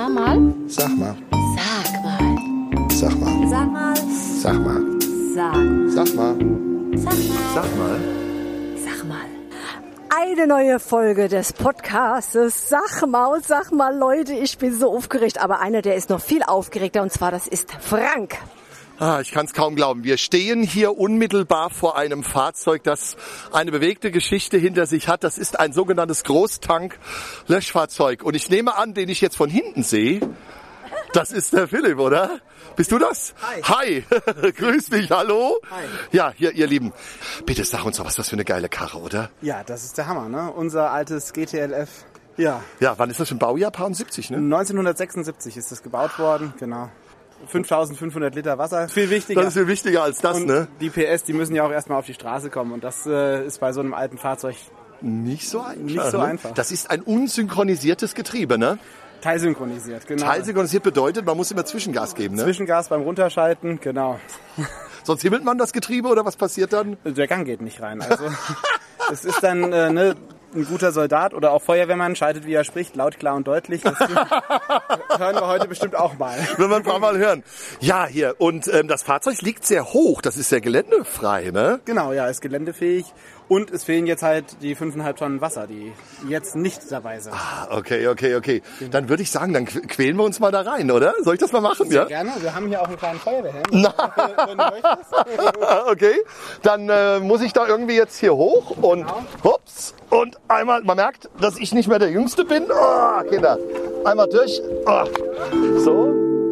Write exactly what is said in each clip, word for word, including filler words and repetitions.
Sag mal. Sag mal. Sag mal. Sag mal. Sag mal. Sag mal. Sag. Sag mal. Sag mal. Sag mal. Sag mal. Eine neue Folge des Podcastes. Sag mal, sag mal, Leute, ich bin so aufgeregt. Aber einer, der ist noch viel aufgeregter, und zwar, das ist Frank. Ah, ich kann es kaum glauben. Wir stehen hier unmittelbar vor einem Fahrzeug, das eine bewegte Geschichte hinter sich hat. Das ist ein sogenanntes Großtank-Löschfahrzeug. Und ich nehme an, den ich jetzt von hinten sehe, das ist der Philipp, oder? Bist du das? Hi. Hi. Grüß mich, hallo. Hi. Ja, hier, ihr Lieben. Bitte sag uns doch, was das für eine geile Karre, oder? Ja, das ist der Hammer, ne? Unser altes G T L F. Ja. Ja, wann ist das im Baujahr? Paar siebzig, ne? neunzehnhundertsechsundsiebzig ist das gebaut worden, genau. fünftausendfünfhundert Liter Wasser. Viel wichtiger. Das ist viel wichtiger als das, und ne? Die P S, die müssen ja auch erstmal auf die Straße kommen. Und das äh, ist bei so einem alten Fahrzeug Nicht so einfach. Nicht so ne? einfach. Das ist ein unsynchronisiertes Getriebe, ne? teilsynchronisiert, genau. Teilsynchronisiert bedeutet, man muss immer Zwischengas geben, ne? Zwischengas beim Runterschalten, genau. Sonst himmelt man das Getriebe oder was passiert dann? Der Gang geht nicht rein. Also es ist dann äh, ne, ein guter Soldat oder auch Feuerwehrmann, schaltet wie er spricht, laut, klar und deutlich. Das hören wir heute bestimmt auch mal. Wenn wir ein paar Mal hören. Ja, hier. Und ähm, das Fahrzeug liegt sehr hoch. Das ist sehr geländefrei, ne? Genau, ja, ist geländefähig. Und es fehlen jetzt halt die fünfeinhalb Tonnen Wasser, die jetzt nicht dabei sind. Ah, okay, okay, okay. Dann würde ich sagen, dann quälen wir uns mal da rein, oder? Soll ich das mal machen? Sehr Ja? gerne. Wir haben hier auch einen kleinen Feuerwehrhelm. Wenn du möchtest. Okay, dann äh, muss ich da irgendwie jetzt hier hoch und Genau. hops. Und einmal, man merkt, dass ich nicht mehr der Jüngste bin. Oh, Kinder, einmal durch. Oh. So.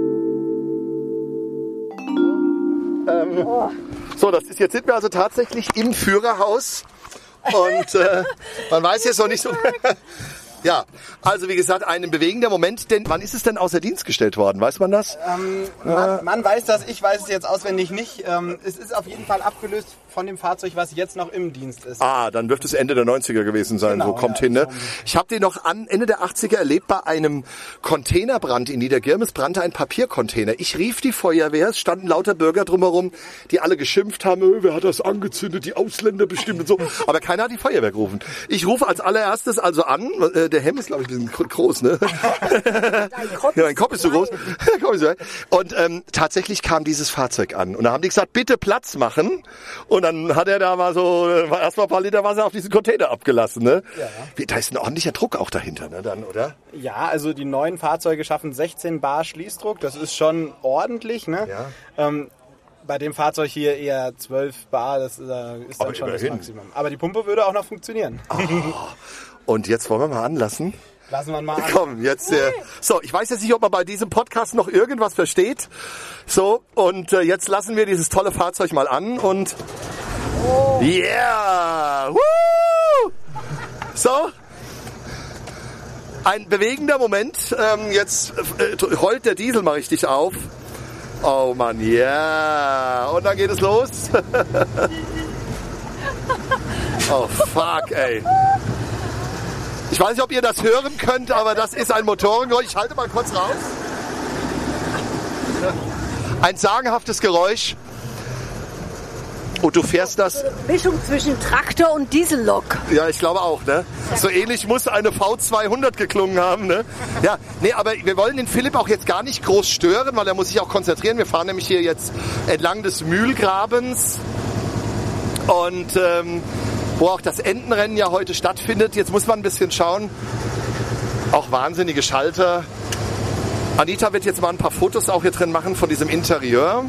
Ähm, so, das ist, jetzt sind wir also tatsächlich im Führerhaus. Und äh, man weiß jetzt noch nicht so... Ja, also wie gesagt, ein bewegender Moment. Denn wann ist es denn außer Dienst gestellt worden? Weiß man das? Ähm, man, man weiß das, ich weiß es jetzt auswendig nicht. Ähm, es ist auf jeden Fall abgelöst von dem Fahrzeug, was jetzt noch im Dienst ist. Ah, dann dürfte es Ende der neunziger gewesen sein, Genau, so kommt ja, hin. Ne? so. Ich habe den noch an Ende der achtziger erlebt bei einem Containerbrand in Niedergirm. Es brannte ein Papiercontainer. Ich rief die Feuerwehr, es standen lauter Bürger drumherum, die alle geschimpft haben, öh, wer hat das angezündet, die Ausländer bestimmt und so. Aber keiner hat die Feuerwehr gerufen. Ich rufe als allererstes also an, äh, der Helm ist, glaube ich, ein bisschen groß, ne? Ja, mein Kopf ist so groß. Und ähm, tatsächlich kam dieses Fahrzeug an. Und da haben die gesagt, bitte Platz machen. Und dann hat er da mal so erstmal ein paar Liter Wasser auf diesen Container abgelassen, ne? Ja. Wie, da ist ein ordentlicher Druck auch dahinter, ne? Dann, oder? Ja, also die neuen Fahrzeuge schaffen sechzehn Bar Schließdruck. Das ist schon ordentlich, ne? Ja. Ähm, bei dem Fahrzeug hier eher zwölf Bar, das äh, ist dann Aber schon immerhin. das Maximum. Aber die Pumpe würde auch noch funktionieren. Und jetzt wollen wir mal anlassen. Lassen wir mal an. Komm, jetzt. Äh, so, ich weiß jetzt nicht, ob man bei diesem Podcast noch irgendwas versteht. So, und äh, jetzt lassen wir dieses tolle Fahrzeug mal an und. Oh. Yeah! Woo! So. Ein bewegender Moment. Ähm, jetzt äh, heult der Diesel mal richtig auf. Oh Mann, ja. Yeah. Und dann geht es los. Oh fuck, ey. Ich weiß nicht, ob ihr das hören könnt, aber das ist ein Motorengeräusch. Ich halte mal kurz raus. Ein sagenhaftes Geräusch. Und du fährst das... Mischung zwischen Traktor und Diesellok. Ja, ich glaube auch, ne? So ähnlich muss eine V zweihundert geklungen haben, ne? Ja, nee, aber wir wollen den Philipp auch jetzt gar nicht groß stören, weil er muss sich auch konzentrieren. Wir fahren nämlich hier jetzt entlang des Mühlgrabens. Und... Ähm, wo auch das Entenrennen ja heute stattfindet. Jetzt muss man ein bisschen schauen. Auch wahnsinnige Schalter. Anita wird jetzt mal ein paar Fotos auch hier drin machen von diesem Interieur.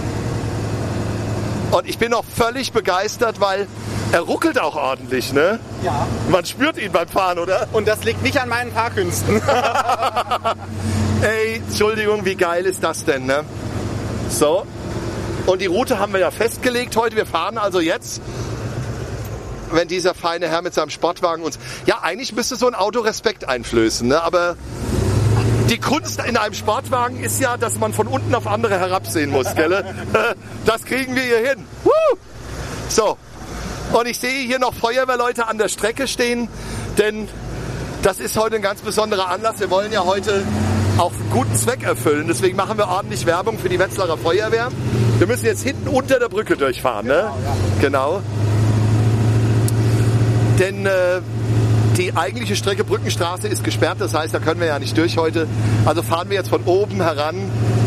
Und ich bin noch völlig begeistert, weil er ruckelt auch ordentlich, ne? Ja. Man spürt ihn beim Fahren, oder? Und das liegt nicht an meinen Fahrkünsten. Ey, Entschuldigung, wie geil ist das denn, ne? So. Und die Route haben wir ja festgelegt heute. Wir fahren also jetzt... wenn dieser feine Herr mit seinem Sportwagen uns... Ja, eigentlich müsste so ein Auto Respekt einflößen, ne? Aber die Kunst in einem Sportwagen ist ja, dass man von unten auf andere herabsehen muss, gell? Das kriegen wir hier hin. Woo! So, und ich sehe hier noch Feuerwehrleute an der Strecke stehen, denn das ist heute ein ganz besonderer Anlass. Wir wollen ja heute auch einen guten Zweck erfüllen, deswegen machen wir ordentlich Werbung für die Wetzlarer Feuerwehr. Wir müssen jetzt hinten unter der Brücke durchfahren, ne? Genau. Ja. Denn äh, Die eigentliche Strecke Brückenstraße ist gesperrt, das heißt, da können wir ja nicht durch heute. Also fahren wir jetzt von oben heran.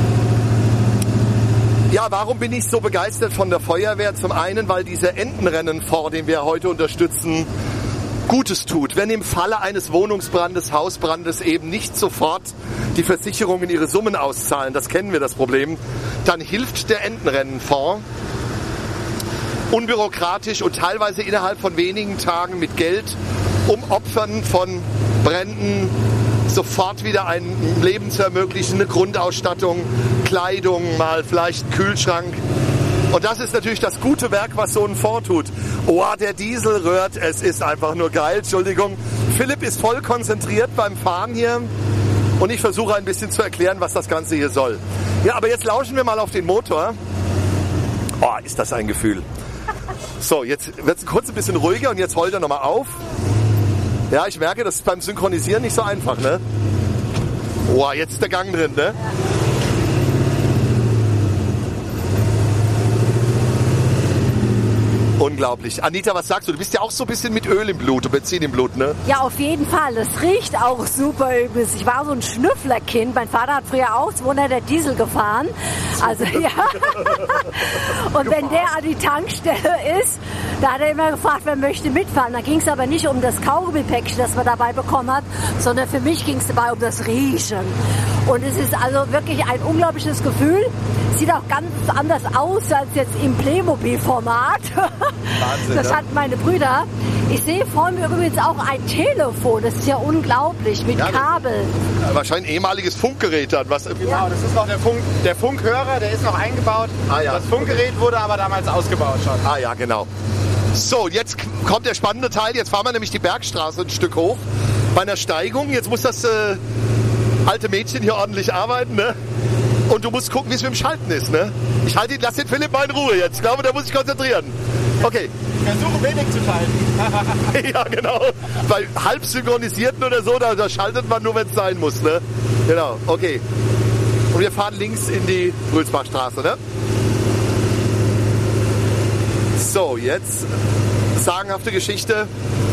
Ja, warum bin ich so begeistert von der Feuerwehr? Zum einen, weil dieser Entenrennenfonds, den wir heute unterstützen, Gutes tut. Wenn im Falle eines Wohnungsbrandes, Hausbrandes eben nicht sofort die Versicherungen ihre Summen auszahlen, das kennen wir, das Problem, dann hilft der Entenrennenfonds unbürokratisch und teilweise innerhalb von wenigen Tagen mit Geld, um Opfern von Bränden sofort wieder ein Leben zu ermöglichen, eine Grundausstattung, Kleidung, mal vielleicht einen Kühlschrank. Und das ist natürlich das gute Werk, was so ein Fonds tut. Oh, der Diesel rührt, es ist einfach nur geil, Entschuldigung. Philipp ist voll konzentriert beim Fahren hier und ich versuche ein bisschen zu erklären, was das Ganze hier soll. Ja, aber jetzt lauschen wir mal auf den Motor. Oh, ist das ein Gefühl. So, jetzt wird es kurz ein bisschen ruhiger und jetzt heult er nochmal auf. Ja, ich merke, das ist beim Synchronisieren nicht so einfach, ne? Boah, jetzt ist der Gang drin, ne? Unglaublich. Anita, was sagst du? Du bist ja auch so ein bisschen mit Öl im Blut und Benzin im Blut, ne? Ja, auf jeden Fall. Es riecht auch super übel. Ich war so ein Schnüfflerkind. Mein Vater hat früher auch zweihundert Diesel gefahren. Also, ja. Und wenn der an die Tankstelle ist, da hat er immer gefragt, wer möchte mitfahren. Da ging es aber nicht um das Kaugummipäckchen, das man dabei bekommen hat, sondern für mich ging es dabei um das Riechen. Und es ist also wirklich ein unglaubliches Gefühl. Sieht auch ganz anders aus als jetzt im Playmobil-Format. Wahnsinn, das ne? hatten meine Brüder. Ich sehe vor mir übrigens auch ein Telefon. Das ist ja unglaublich, mit Ja, Kabel. Ja, wahrscheinlich ein ehemaliges Funkgerät dann. Was, Genau, das ist noch der, Funk, der Funkhörer, der ist noch eingebaut. Ah, ja. Das Funkgerät wurde aber damals ausgebaut schon. Ah ja, genau. So, jetzt kommt der spannende Teil. Jetzt fahren wir nämlich die Bergstraße ein Stück hoch. Bei einer Steigung. Jetzt muss das äh, alte Mädchen hier ordentlich arbeiten, ne? Und du musst gucken, wie es mit dem Schalten ist, ne? Ich halte ihn, lass den Philipp mal in Ruhe jetzt. Ich glaube, der muss sich konzentrieren. Okay. Versuche wenig zu schalten. Ja, genau. Bei halb synchronisierten oder so, da, da schaltet man nur, wenn es sein muss, ne? Genau, okay. Und wir fahren links in die Brülsbachstraße, ne? So, jetzt sagenhafte Geschichte.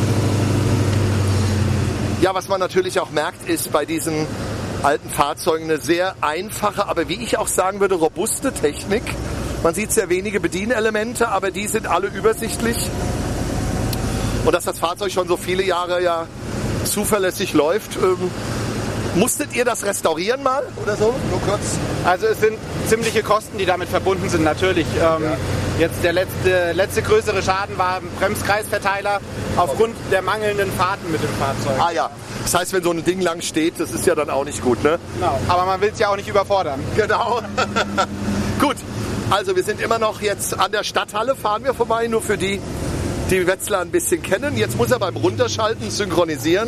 Ja, was man natürlich auch merkt, ist bei diesen alten Fahrzeugen eine sehr einfache, aber wie ich auch sagen würde, robuste Technik. Man sieht sehr wenige Bedienelemente, aber die sind alle übersichtlich. Und dass das Fahrzeug schon so viele Jahre ja zuverlässig läuft. Ähm, musstet ihr das restaurieren mal oder so? Nur kurz. Also es sind ziemliche Kosten, die damit verbunden sind, natürlich. Ähm, Ja. Jetzt der letzte, letzte größere Schaden war ein Bremskreisverteiler aufgrund der mangelnden Fahrten mit dem Fahrzeug. Ah ja, das heißt, wenn so ein Ding lang steht, das ist ja dann auch nicht gut, ne? Genau. Aber man will es ja auch nicht überfordern. Genau. Gut, also wir sind immer noch jetzt an der Stadthalle, fahren wir vorbei, nur für die, die Wetzlar ein bisschen kennen. Jetzt muss er beim Runterschalten synchronisieren.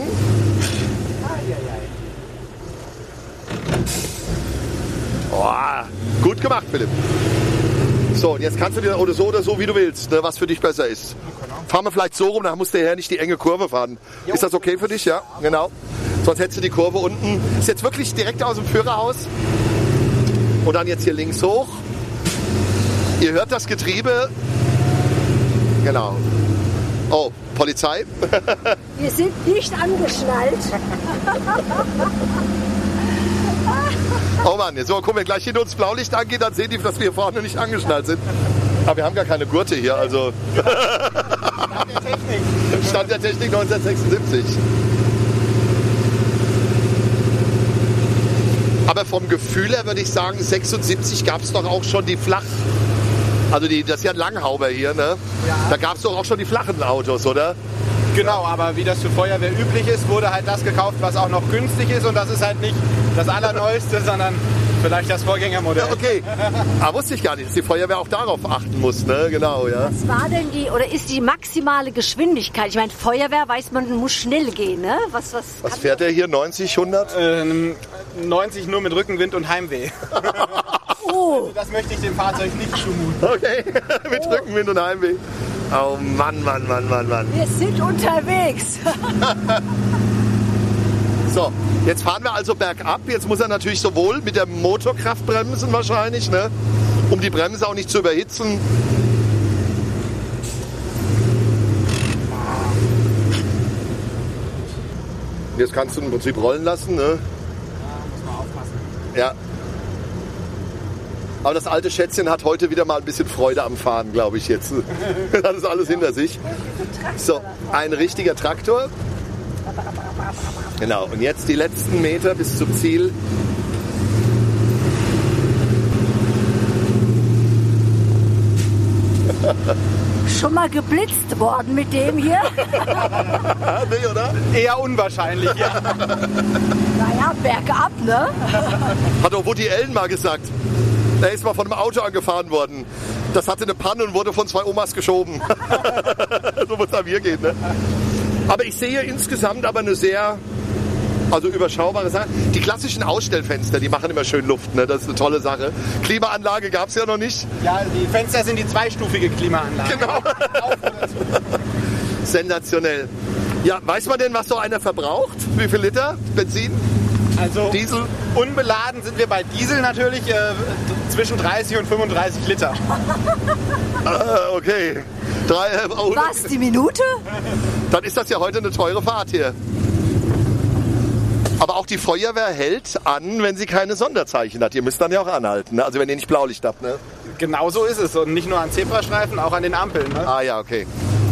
Oh, gut gemacht, Philipp. So, und jetzt kannst du dir oder so oder so, wie du willst, ne, was für dich besser ist. Fahren wir vielleicht so rum, dann musst du her nicht die enge Kurve fahren. Ist das okay für dich? Ja, genau. Sonst hättest du die Kurve unten. Ist jetzt wirklich direkt aus dem Führerhaus. Und dann jetzt hier links hoch. Ihr hört das Getriebe. Genau. Oh, Polizei. Wir sind nicht angeschnallt. Oh Mann, jetzt so, gucken wir gleich hinter uns Blaulicht angeht, dann sehen die, dass wir vorne nicht angeschnallt sind. Aber wir haben gar keine Gurte hier, also. Stand der Technik. Stand der Technik neunzehnhundertsechsundsiebzig. Aber vom Gefühl her würde ich sagen, sechsundsiebzig gab es doch auch schon die flach. Also die, das ist ja ein Langhauber hier, ne? Ja. Da gab es doch auch schon die flachen Autos, oder? Genau, aber wie das für Feuerwehr üblich ist, wurde halt das gekauft, was auch noch günstig ist. Und das ist halt nicht das Allerneueste, sondern vielleicht das Vorgängermodell. Ja, okay. Aber wusste ich gar nicht, dass die Feuerwehr auch darauf achten muss, ne? Genau, ja. Was war denn die, oder ist die maximale Geschwindigkeit? Ich meine, Feuerwehr weiß man, muss schnell gehen, ne? Was, was, Was kann- fährt der hier? neunzig, hundert? Ähm, neunzig nur mit Rückenwind und Heimweh. Oh, Das möchte ich dem Fahrzeug nicht zumuten. Okay, mit Rückenwind und Heimweh. Oh Mann, Mann, Mann, Mann, Mann. wir sind unterwegs. So, jetzt fahren wir also bergab. Jetzt muss er natürlich sowohl mit der Motorkraft bremsen wahrscheinlich, ne? Um die Bremse auch nicht zu überhitzen. Jetzt kannst du im Prinzip rollen lassen, ne? Ja, muss man aufpassen. Ja. Aber das alte Schätzchen hat heute wieder mal ein bisschen Freude am Fahren, glaube ich jetzt. Das ist alles hinter sich. So, ein richtiger Traktor. Genau, und jetzt die letzten Meter bis zum Ziel. Schon mal geblitzt worden mit dem hier? Nee, oder? Eher unwahrscheinlich, ja. Naja, bergab, ne? Hat auch Woody Allen mal gesagt. Er ist mal von einem Auto angefahren worden. Das hatte eine Panne und wurde von zwei Omas geschoben. So wird es an mir gehen, ne? Aber ich sehe insgesamt aber eine sehr, also überschaubare Sache. Die klassischen Ausstellfenster, die machen immer schön Luft, ne? Das ist eine tolle Sache. Klimaanlage gab es ja noch nicht. Ja, die Fenster sind die zweistufige Klimaanlage. Genau. Sensationell. Ja, weiß man denn, was so einer verbraucht? Wie viel Liter Benzin? Also Diesel? unbeladen sind wir bei Diesel natürlich äh, zwischen dreißig und fünfunddreißig Liter. Ah, okay. Drei, oh, Was, die Minute? Dann ist das ja heute eine teure Fahrt hier. Aber auch die Feuerwehr hält an, wenn sie keine Sonderzeichen hat. Ihr müsst dann ja auch anhalten, ne? Also wenn ihr nicht Blaulicht habt, ne? Genau so ist es. Und nicht nur an Zebrastreifen, auch an den Ampeln. Ne? Ah ja, okay.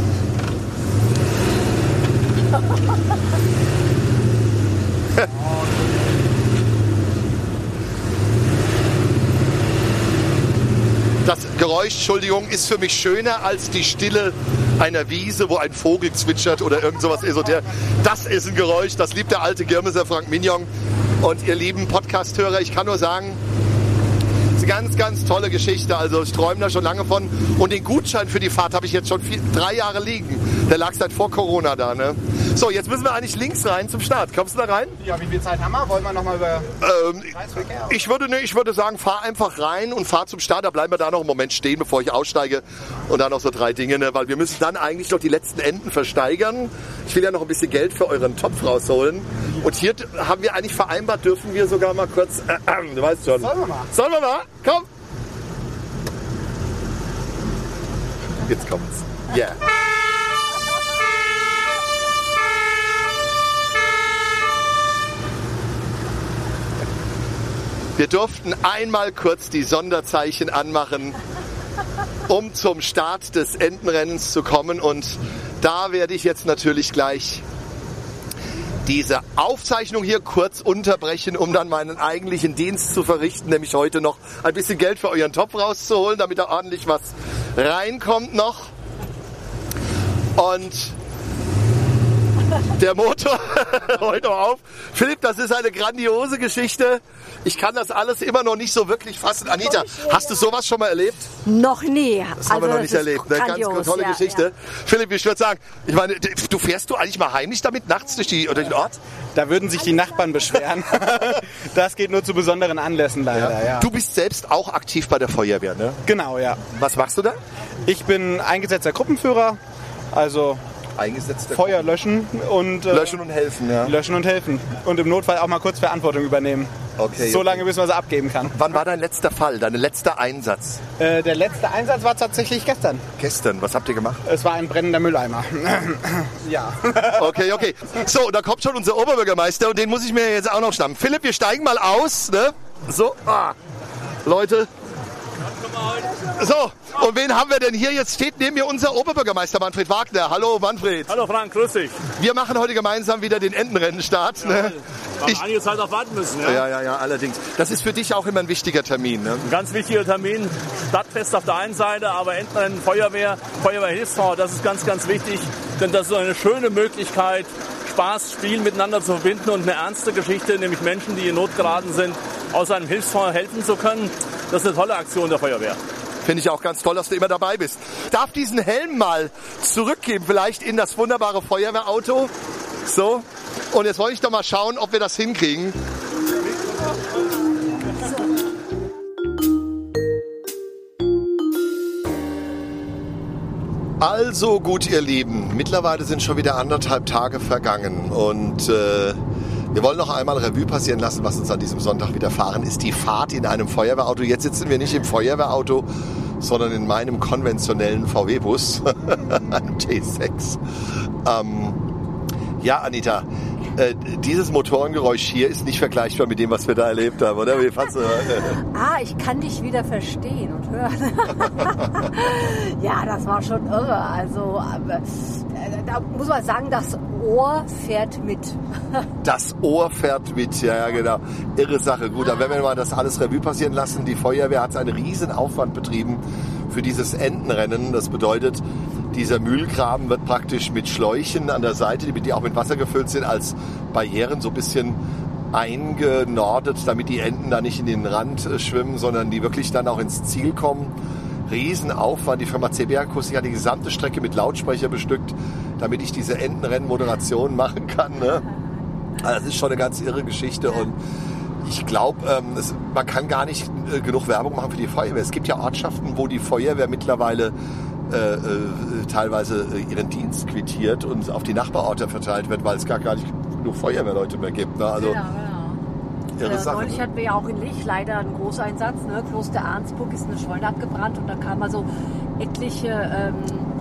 Das Geräusch, Entschuldigung, ist für mich schöner als die Stille einer Wiese, wo ein Vogel zwitschert oder irgend sowas esoterisch. Das ist ein Geräusch, das liebt der alte Girmeser Frank Mignon. Und ihr lieben Podcast-Hörer, ich kann nur sagen, es ist eine ganz, ganz tolle Geschichte. Also ich träume da schon lange von. Und den Gutschein für die Fahrt habe ich jetzt schon vier, drei Jahre liegen. Der lag seit vor Corona da, ne? So, jetzt müssen wir eigentlich links rein zum Start. Kommst du da rein? Ja, wie viel Zeit haben wir? Wollen wir nochmal über Ähm, Kreisverkehr? ich, würde, ne, ich würde sagen, fahr einfach rein und fahr zum Start. Da bleiben wir da noch einen Moment stehen, bevor ich aussteige. Und dann noch so drei Dinge, ne? Weil wir müssen dann eigentlich noch die letzten Enden versteigern. Ich will ja noch ein bisschen Geld für euren Topf rausholen. Und hier haben wir eigentlich vereinbart, dürfen wir sogar mal kurz... Äh, äh, du weißt schon. Sollen wir mal? Sollen wir mal? Komm! Jetzt kommt's. Yeah. Wir durften einmal kurz die Sonderzeichen anmachen, um zum Start des Entenrennens zu kommen. Und da werde ich jetzt natürlich gleich diese Aufzeichnung hier kurz unterbrechen, um dann meinen eigentlichen Dienst zu verrichten, nämlich heute noch ein bisschen Geld für euren Topf rauszuholen, damit da ordentlich was reinkommt noch. Und der Motor, heute noch auf. Philipp, das ist eine grandiose Geschichte. Ich kann das alles immer noch nicht so wirklich fassen. Anita, hast du sowas schon mal erlebt? Noch nie. Das haben wir noch nicht erlebt. Eine ganz tolle ja, Geschichte. Ja. Philipp, ich würde sagen, ich meine, du fährst du eigentlich mal heimlich damit nachts durch, die, durch den Ort? Da würden sich die Nachbarn beschweren. Das geht nur zu besonderen Anlässen leider, ja. Du bist selbst auch aktiv bei der Feuerwehr, ne? Genau, ja. Was machst du da? Ich bin eingesetzter Gruppenführer, also Eingesetzt. Feuer löschen und äh, Löschen und helfen, ja. löschen und helfen. Und im Notfall auch mal kurz Verantwortung übernehmen. Okay. So okay. lange, bis man sie abgeben kann. Wann war dein letzter Fall, dein letzter Einsatz? Äh, der letzte Einsatz war tatsächlich gestern. Gestern, was habt ihr gemacht? Es war ein brennender Mülleimer. Ja. Okay, okay. So, da kommt schon unser Oberbürgermeister und den muss ich mir jetzt auch noch schnappen. Philipp, wir steigen mal aus, ne? So, ah. Leute. So, und wen haben wir denn hier? Jetzt steht neben mir unser Oberbürgermeister Manfred Wagner. Hallo Manfred. Hallo Frank, grüß dich. Wir machen heute gemeinsam wieder den Entenrennenstart. Ne? Wir haben Ich, einige Zeit noch warten müssen. Ja? ja, ja, ja, allerdings. Das ist für dich auch immer ein wichtiger Termin. Ne? Ein ganz wichtiger Termin. Stadtfest auf der einen Seite, aber Entenrennen, Feuerwehr, Feuerwehrhilfsfonds, das ist ganz, ganz wichtig. Denn das ist eine schöne Möglichkeit, Spaß, Spiel miteinander zu verbinden und eine ernste Geschichte, nämlich Menschen, die in Not geraten sind, aus einem Hilfsfonds helfen zu können. Das ist eine tolle Aktion der Feuerwehr. Finde ich auch ganz toll, dass du immer dabei bist. Ich darf diesen Helm mal zurückgeben, vielleicht in das wunderbare Feuerwehrauto. So. Und jetzt wollte ich doch mal schauen, ob wir das hinkriegen. Also gut, ihr Lieben, mittlerweile sind schon wieder anderthalb Tage vergangen und äh, wir wollen noch einmal Revue passieren lassen, was uns an diesem Sonntag widerfahren ist. Die Fahrt in einem Feuerwehrauto. Jetzt sitzen wir nicht im Feuerwehrauto, sondern in meinem konventionellen V W-Bus, einem T sechs. Ähm, ja, Anita, äh, dieses Motorengeräusch hier ist nicht vergleichbar mit dem, was wir da erlebt haben, oder? Wie fandst du? Ah, ich kann dich wieder verstehen und hören. Ja, das war schon irre. Also, äh, da muss man sagen, das Ohr fährt mit. Das Ohr fährt mit, ja, ja, genau. Irre Sache. Gut, aber wenn wir mal das alles Revue passieren lassen, die Feuerwehr hat einen riesen Aufwand betrieben für dieses Entenrennen. Das bedeutet, dieser Mühlgraben wird praktisch mit Schläuchen an der Seite, die auch mit Wasser gefüllt sind, als Barrieren so ein bisschen eingenordet, damit die Enten da nicht in den Rand schwimmen, sondern die wirklich dann auch ins Ziel kommen. Riesenaufwand. Die Firma C B Akustik hat die gesamte Strecke mit Lautsprecher bestückt, damit ich diese Entenrennen-Moderation machen kann. Ne? Also das ist schon eine ganz irre Geschichte und ich glaube, ähm, man kann gar nicht äh, genug Werbung machen für die Feuerwehr. Es gibt ja Ortschaften, wo die Feuerwehr mittlerweile äh, äh, teilweise äh, ihren Dienst quittiert und auf die Nachbarorte verteilt wird, weil es gar, gar nicht genug Feuerwehrleute mehr gibt. Ne? Also, genau, genau. Irre Äh, Sache, neulich ne? hatten wir ja auch in Lich leider einen Großeinsatz. Ne? Kloster Arnsburg ist eine Scheune abgebrannt und da kamen also etliche ähm,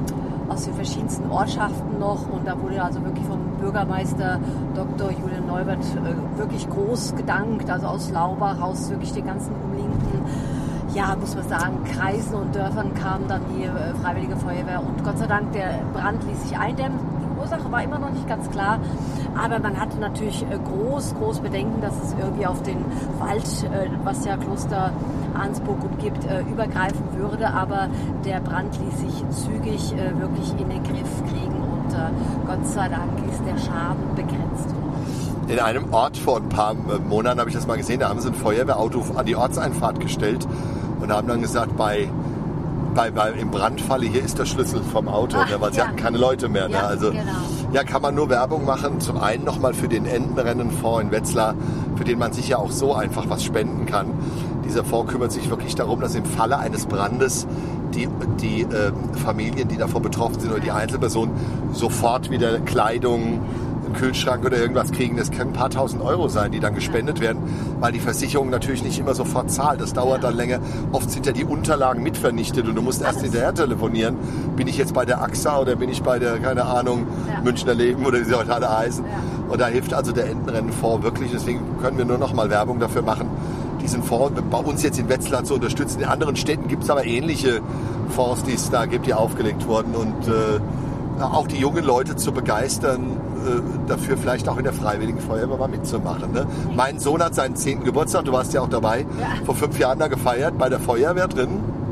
aus den verschiedensten Ortschaften noch und da wurde also wirklich vom Bürgermeister Doktor Julian Neubert äh, wirklich groß gedankt, also aus Laubach, aus wirklich den ganzen umliegenden, ja, muss man sagen, Kreisen und Dörfern kam dann die äh, Freiwillige Feuerwehr und Gott sei Dank, der Brand ließ sich eindämmen. Die Ursache war immer noch nicht ganz klar, aber man hatte natürlich äh, groß, groß Bedenken, dass es irgendwie auf den Wald, äh, was ja Kloster Arnsburg umgibt, äh, übergreifen würde, aber der Brand ließ sich zügig äh, wirklich in den Griff kriegen und äh, Gott sei Dank ist der Schaden begrenzt. In einem Ort vor ein paar Monaten habe ich das mal gesehen, da haben sie ein Feuerwehrauto an die Ortseinfahrt gestellt und haben dann gesagt, bei, bei, bei im Brandfalle hier ist der Schlüssel vom Auto, Ach, ne, weil sie ja. hatten keine Leute mehr. Ne? Ja, Also genau. ja, kann man nur Werbung machen. Zum einen nochmal für den Entenrennenfonds in Wetzlar, für den man sicher auch so einfach was spenden kann. Dieser Fonds kümmert sich wirklich darum, dass im Falle eines Brandes die, die äh, Familien, die davon betroffen sind oder die Einzelpersonen sofort wieder Kleidung, einen Kühlschrank oder irgendwas kriegen. Das können ein paar tausend Euro sein, die dann gespendet werden, weil die Versicherung natürlich nicht immer sofort zahlt. Das dauert dann länger. Oft sind ja die Unterlagen mit vernichtet und du musst erst hinterher telefonieren. Bin ich jetzt bei der A X A oder bin ich bei der, keine Ahnung, Ja. Münchner Leben oder wie sie heute alle heißen. Ja. Und da hilft also der Entenrennenfonds wirklich. Deswegen können wir nur noch mal Werbung dafür machen, diesen Fonds bei uns jetzt in Wetzlar zu unterstützen. In anderen Städten gibt es aber ähnliche Fonds, die es da gibt, die aufgelegt wurden. Und äh, auch die jungen Leute zu begeistern, äh, dafür vielleicht auch in der Freiwilligen Feuerwehr mal mitzumachen. Ne? Mein Sohn hat seinen zehnten Geburtstag, du warst ja auch dabei, Ja. vor fünf Jahren da gefeiert, bei der Feuerwehr drin.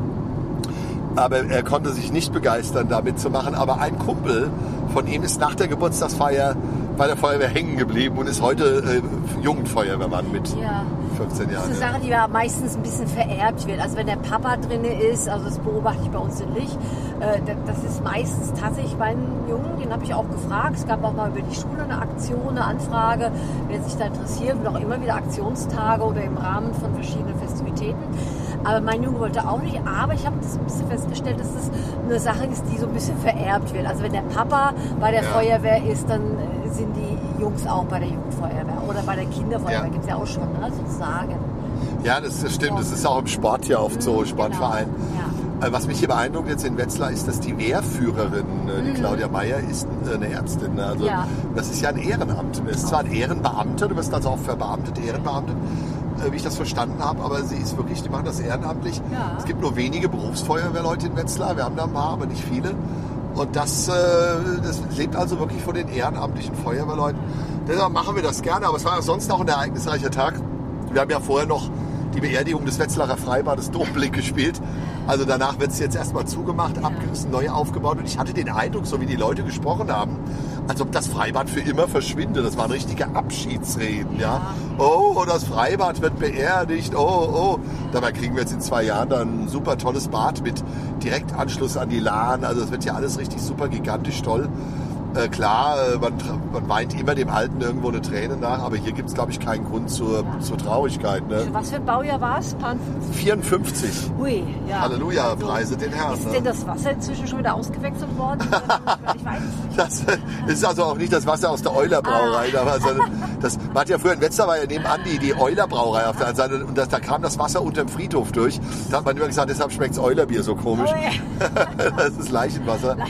Aber er konnte sich nicht begeistern, da mitzumachen. Aber ein Kumpel von ihm ist nach der Geburtstagsfeier bei der Feuerwehr hängen geblieben und ist heute äh, Jugendfeuerwehrmann mit Ja. fünfzehn Das Jahren. ist eine Ja. Sache, die ja meistens ein bisschen vererbt wird. Also wenn der Papa drin ist, also das beobachte ich bei uns in Lich, äh, das ist meistens tatsächlich bei einem Jungen, den habe ich auch gefragt. Es gab auch mal über die Schule eine Aktion, eine Anfrage, wer sich da interessiert, und auch immer wieder Aktionstage oder im Rahmen von verschiedenen Festivitäten. Aber mein Junge wollte auch nicht, aber ich habe das ein bisschen festgestellt, dass das eine Sache ist, die so ein bisschen vererbt wird. Also wenn der Papa bei der Ja. Feuerwehr ist, dann äh, sind die Jungs auch bei der Jugendfeuerwehr oder bei der Kinderfeuerwehr, Ja. gibt es ja auch schon, ne, sozusagen. Ja, das, das stimmt. Das ist auch im Sport ja oft so, Sportverein. Genau. Äh, Was mich hier beeindruckt jetzt in Wetzlar ist, dass die Wehrführerin, äh, die Claudia Meyer, ist äh, eine Ärztin. Ne? Also Ja. das ist ja ein Ehrenamt. Du bist zwar ein Ehrenbeamter, du wirst also auch verbeamtet, Ehrenbeamtet, äh, wie ich das verstanden habe, aber sie ist wirklich, die machen das ehrenamtlich. Ja. Es gibt nur wenige Berufsfeuerwehrleute in Wetzlar, wir haben da ein paar, aber nicht viele. Und das, äh, das lebt also wirklich von den ehrenamtlichen Feuerwehrleuten. Deshalb machen wir das gerne, aber es war auch sonst noch ein ereignisreicher Tag. Wir haben ja vorher noch die Beerdigung des Wetzlarer Freibades Domblick gespielt. Also danach wird es jetzt erstmal zugemacht, abgerissen, neu aufgebaut. Und ich hatte den Eindruck, so wie die Leute gesprochen haben, als ob das Freibad für immer verschwindet. Das waren richtige Abschiedsreden. Ja? Oh, das Freibad wird beerdigt. Oh, oh. Dabei kriegen wir jetzt in zwei Jahren dann ein super tolles Bad mit Direktanschluss an die Lahn. Also es wird ja alles richtig super gigantisch toll. Äh, klar, äh, man, man weint immer dem Alten irgendwo eine Träne nach, aber hier gibt es, glaube ich, keinen Grund zur, zur Traurigkeit. Ne? Was für ein Baujahr war es? vierundfünfzig. Hui, ja. Halleluja, preise den Herrn. Ist Ne? denn das Wasser inzwischen schon wieder ausgewechselt worden? Ich weiß es nicht. Das ist also auch nicht das Wasser aus der Euler Brauerei. Ah. Da, sondern das, man hat ja früher in Wetzlar war ja nebenan die, die Euler Brauerei auf der anderen Seite und das, da kam das Wasser unter dem Friedhof durch. Da hat man immer gesagt, deshalb schmeckt das Eulerbier so komisch. Oh ja. Das ist Leichenwasser.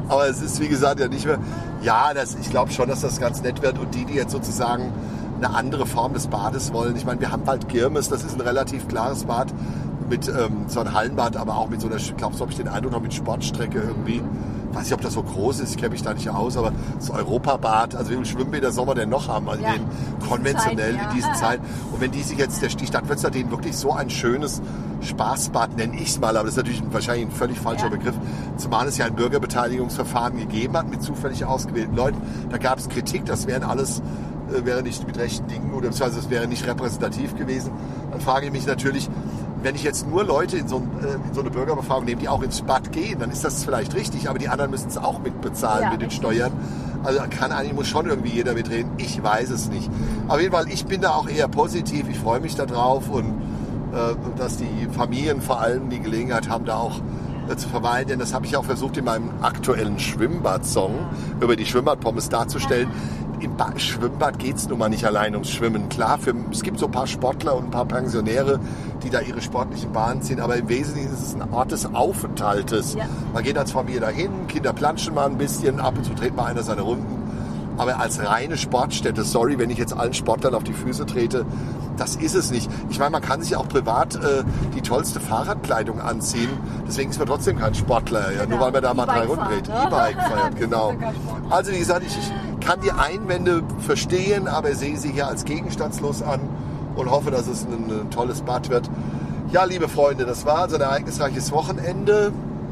Aber es ist, wie gesagt, ja nicht mehr... Ja, das, ich glaube schon, dass das ganz nett wird. Und die, die jetzt sozusagen eine andere Form des Bades wollen. Ich meine, wir haben bald Kirmes, das ist ein relativ klares Bad mit ähm, so ein Hallenbad, aber auch mit so einer, glaubst du, habe ich den Eindruck, noch mit Sportstrecke irgendwie. Weiß nicht, ob das so groß ist, ich kenne mich da nicht aus, aber das Europabad, also wie viele Schwimmbäder soll man denn noch haben? Also Ja, den konventionell Zeit, ja. in diesen Zeiten. Und wenn die sich jetzt, der, die Stadt Wetzlar denen wirklich so ein schönes Spaßbad, nenne ich es mal, aber das ist natürlich ein, wahrscheinlich ein völlig falscher Ja. Begriff, zumal es ja ein Bürgerbeteiligungsverfahren gegeben hat mit zufällig ausgewählten Leuten. Da gab es Kritik, das wären alles, äh, wäre nicht mit rechten Dingen oder beziehungsweise es wäre nicht repräsentativ gewesen. Dann frage ich mich natürlich, wenn ich jetzt nur Leute in so, ein, äh, in so eine Bürgerbefragung nehme, die auch ins Bad gehen, dann ist das vielleicht richtig, aber die anderen müssen es auch mitbezahlen Ja, mit den richtig. Steuern. Also kann eigentlich, muss schon irgendwie jeder mitreden. Ich weiß es nicht. Auf jeden Fall, ich bin da auch eher positiv. Ich freue mich da drauf und äh, dass die Familien vor allem die Gelegenheit haben, da auch äh, zu verweilen. Denn das habe ich auch versucht in meinem aktuellen Schwimmbad-Song über die Schwimmbadpommes darzustellen. Im ba- Schwimmbad geht es nun mal nicht allein ums Schwimmen. Klar, für, es gibt so ein paar Sportler und ein paar Pensionäre, die da ihre sportlichen Bahnen ziehen, aber im Wesentlichen ist es ein Ort des Aufenthaltes. Ja. Man geht als Familie dahin, Kinder planschen mal ein bisschen, ab und zu dreht mal einer seine Runden. Aber als reine Sportstätte, sorry, wenn ich jetzt allen Sportlern auf die Füße trete, das ist es nicht. Ich meine, man kann sich auch privat äh, die tollste Fahrradkleidung anziehen. Deswegen ist man trotzdem kein Sportler, ja, nur weil man da mal drei E-Bike Runden dreht. fahren, ne? E-Bike feiert, genau. Das ist ja kein Sport. Also wie gesagt, ich, ich kann die Einwände verstehen, aber sehe sie hier als gegenstandslos an und hoffe, dass es ein, ein tolles Bad wird. Ja, liebe Freunde, das war also ein ereignisreiches Wochenende.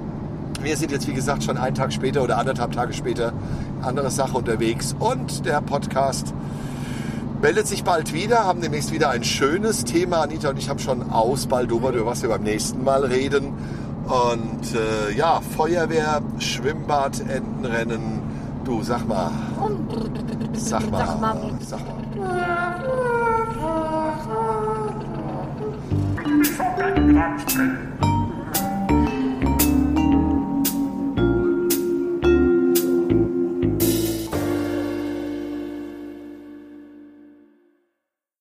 Wir sind jetzt, wie gesagt, schon einen Tag später oder anderthalb Tage später andere Sache unterwegs. Und der Podcast meldet sich bald wieder, haben demnächst wieder ein schönes Thema. Anita und ich haben schon ausbaldowert, über was wir beim nächsten Mal reden. Und äh, ja, Feuerwehr, Schwimmbad, Entenrennen. Du, sag mal. Sag mal. Sag mal. Sag mal.